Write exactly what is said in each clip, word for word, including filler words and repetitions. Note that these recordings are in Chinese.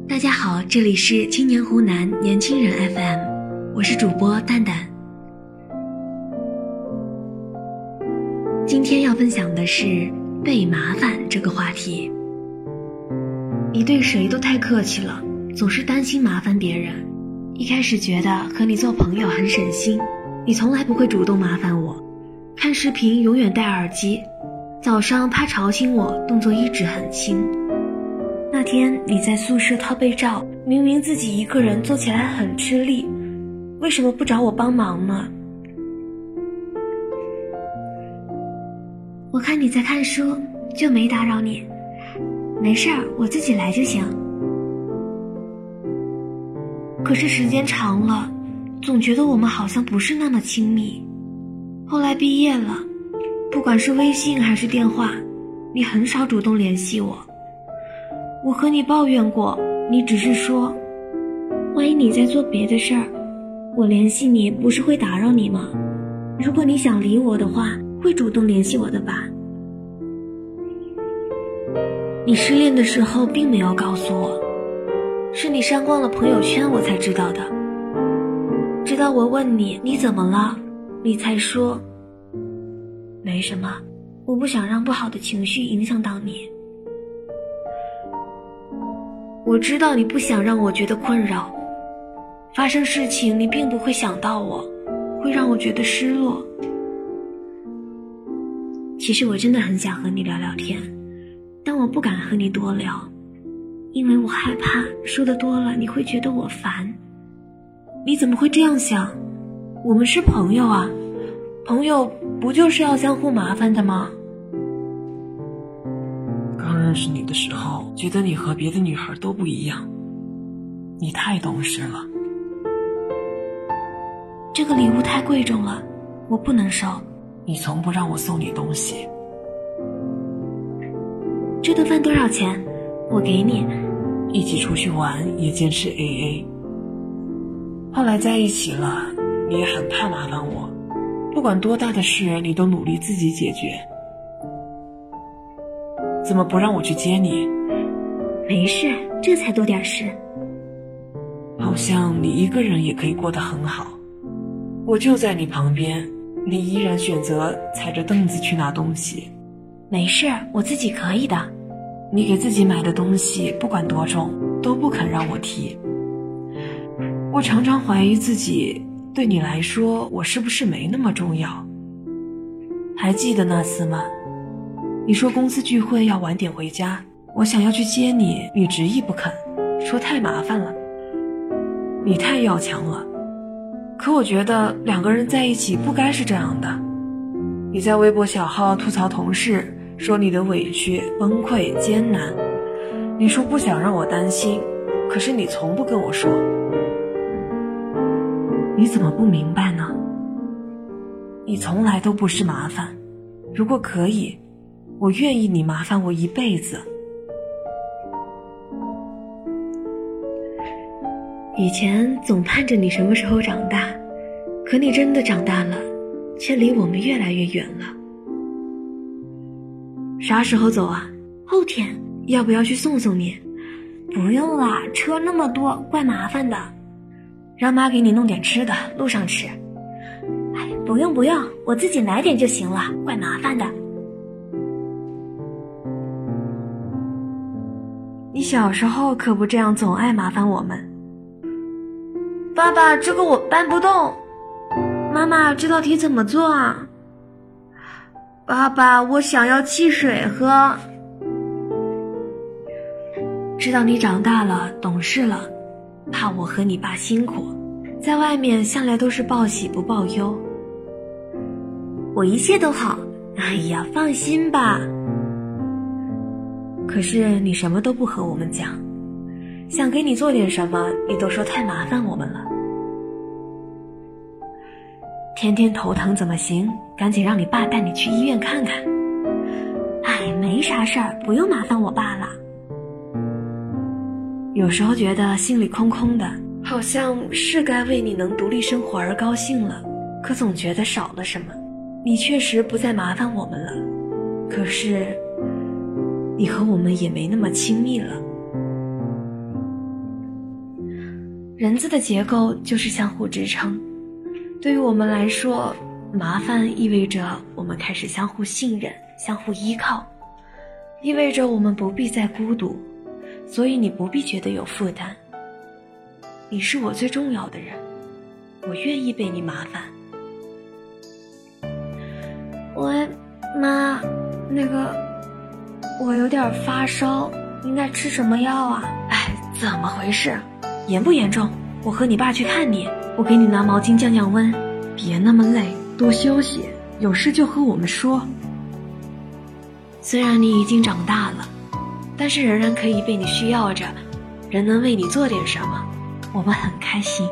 大家好，这里是青年湖南年轻人 F M， 我是主播蛋蛋。今天要分享的是被麻烦这个话题。你对谁都太客气了，总是担心麻烦别人。一开始觉得和你做朋友很省心，你从来不会主动麻烦我，看视频永远戴耳机，早上怕吵醒我，动作一直很轻。那天你在宿舍掏被罩，明明自己一个人做起来很吃力，为什么不找我帮忙呢？我看你在看书，就没打扰你。没事儿，我自己来就行。可是时间长了，总觉得我们好像不是那么亲密。后来毕业了，不管是微信还是电话，你很少主动联系我。我和你抱怨过，你只是说，万一你在做别的事儿，我联系你不是会打扰你吗？如果你想理我的话，会主动联系我的吧？你失恋的时候并没有告诉我，是你删光了朋友圈我才知道的。直到我问你你怎么了，你才说没什么，我不想让不好的情绪影响到你。我知道你不想让我觉得困扰，发生事情你并不会想到我，会让我觉得失落。其实我真的很想和你聊聊天，但我不敢和你多聊，因为我害怕说的多了你会觉得我烦。你怎么会这样想？我们是朋友啊，朋友不就是要相互麻烦的吗？ 刚认识你的时候，觉得你和别的女孩都不一样，你太懂事了。 这个礼物太贵重了，我不能收。 你从不让我送你东西。 这顿饭多少钱？我给你。 一起出去玩也坚持 A A。 后来在一起了，你也很怕麻烦我，不管多大的事你都努力自己解决。怎么不让我去接你？ 没事，这才多点事。 好像你一个人也可以过得很好，我就在你旁边，你依然选择踩着凳子去拿东西。 没事，我自己可以的。 你给自己买的东西不管多重都不肯让我提。我常常怀疑自己，对你来说我是不是没那么重要？还记得那次吗？你说公司聚会要晚点回家，我想要去接你，你执意不肯，说太麻烦了，你太要强了。可我觉得两个人在一起不该是这样的。你在微博小号吐槽同事，说你的委屈、崩溃、艰难，你说不想让我担心，可是你从不跟我说。你怎么不明白呢？你从来都不是麻烦，如果可以，我愿意你麻烦我一辈子。 以前总盼着你什么时候长大，可你真的长大了，却离我们越来越远了。啥时候走啊？后天。要不要去送送你？不用啦，车那么多，怪麻烦的。让妈给你弄点吃的，路上吃。哎，不用不用，我自己来点就行了，怪麻烦的。你小时候可不这样，总爱麻烦我们。爸爸，这个我搬不动。妈妈，这道题怎么做啊？爸爸，我想要汽水喝。知道你长大了，懂事了，怕我和你爸辛苦，在外面向来都是报喜不报忧。我一切都好，哎呀，放心吧。可是你什么都不和我们讲，想给你做点什么，你都说太麻烦我们了。天天头疼怎么行？赶紧让你爸带你去医院看看。哎，没啥事儿，不用麻烦我爸了。有时候觉得心里空空的，好像是该为你能独立生活而高兴了，可总觉得少了什么。你确实不再麻烦我们了，可是你和我们也没那么亲密了。 人字的结构就是相互支撑。对于我们来说，麻烦意味着我们开始相互信任、相互依靠，意味着我们不必再孤独，所以你不必觉得有负担。你是我最重要的人，我愿意被你麻烦。喂，妈，那个，我有点发烧，应该吃什么药啊？哎，怎么回事？严不严重？我和你爸去看你，我给你拿毛巾降降温。别那么累，多休息，有事就和我们说。虽然你已经长大了，但是仍然可以被你需要着，人能为你做点什么，我们很开心。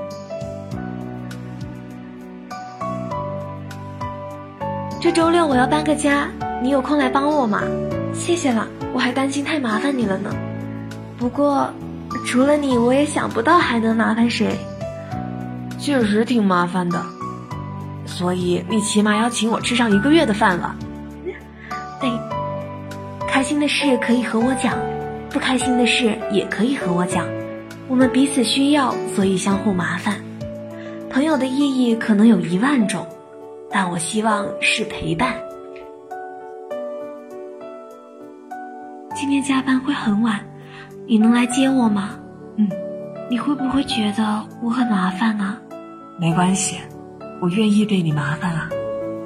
这周六我要搬个家，你有空来帮我吗？谢谢了，我还担心太麻烦你了呢。不过除了你，我也想不到还能麻烦谁。确实挺麻烦的，所以你起码要请我吃上一个月的饭了。对，开心的事可以和我讲，不开心的事也可以和我讲，我们彼此需要，所以相互麻烦。朋友的意义可能有一万种，但我希望是陪伴。今天加班会很晚，你能来接我吗？ 嗯， 你会不会觉得我很麻烦啊？ 没关系，我愿意被你麻烦啊。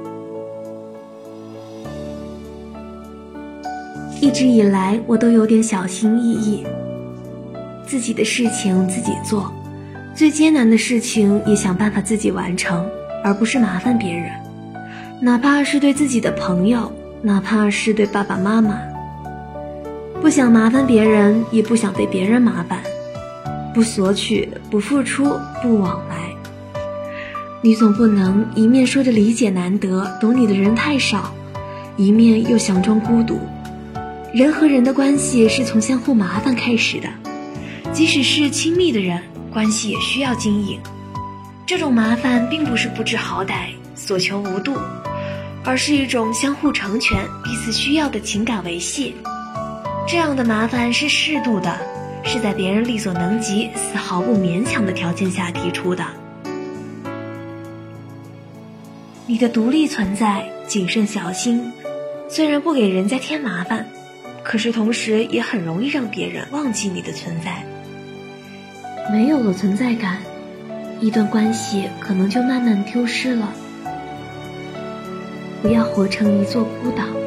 一直以来我都有点小心翼翼，自己的事情自己做，最艰难的事情也想办法自己完成，而不是麻烦别人，哪怕是对自己的朋友，哪怕是对爸爸妈妈。不想麻烦别人，也不想被别人麻烦，不索取，不付出，不往来。你总不能一面说着理解难得，懂你的人太少，一面又佯装孤独。人和人的关系是从相互麻烦开始的，即使是亲密的人，关系也需要经营。这种麻烦并不是不知好歹，所求无度，而是一种相互成全、彼此需要的情感维系。这样的麻烦是适度的，是在别人力所能及、丝毫不勉强的条件下提出的。你的独立存在，谨慎小心，虽然不给人家添麻烦，可是同时也很容易让别人忘记你的存在。没有了存在感，一段关系可能就慢慢丢失了。不要活成一座孤岛。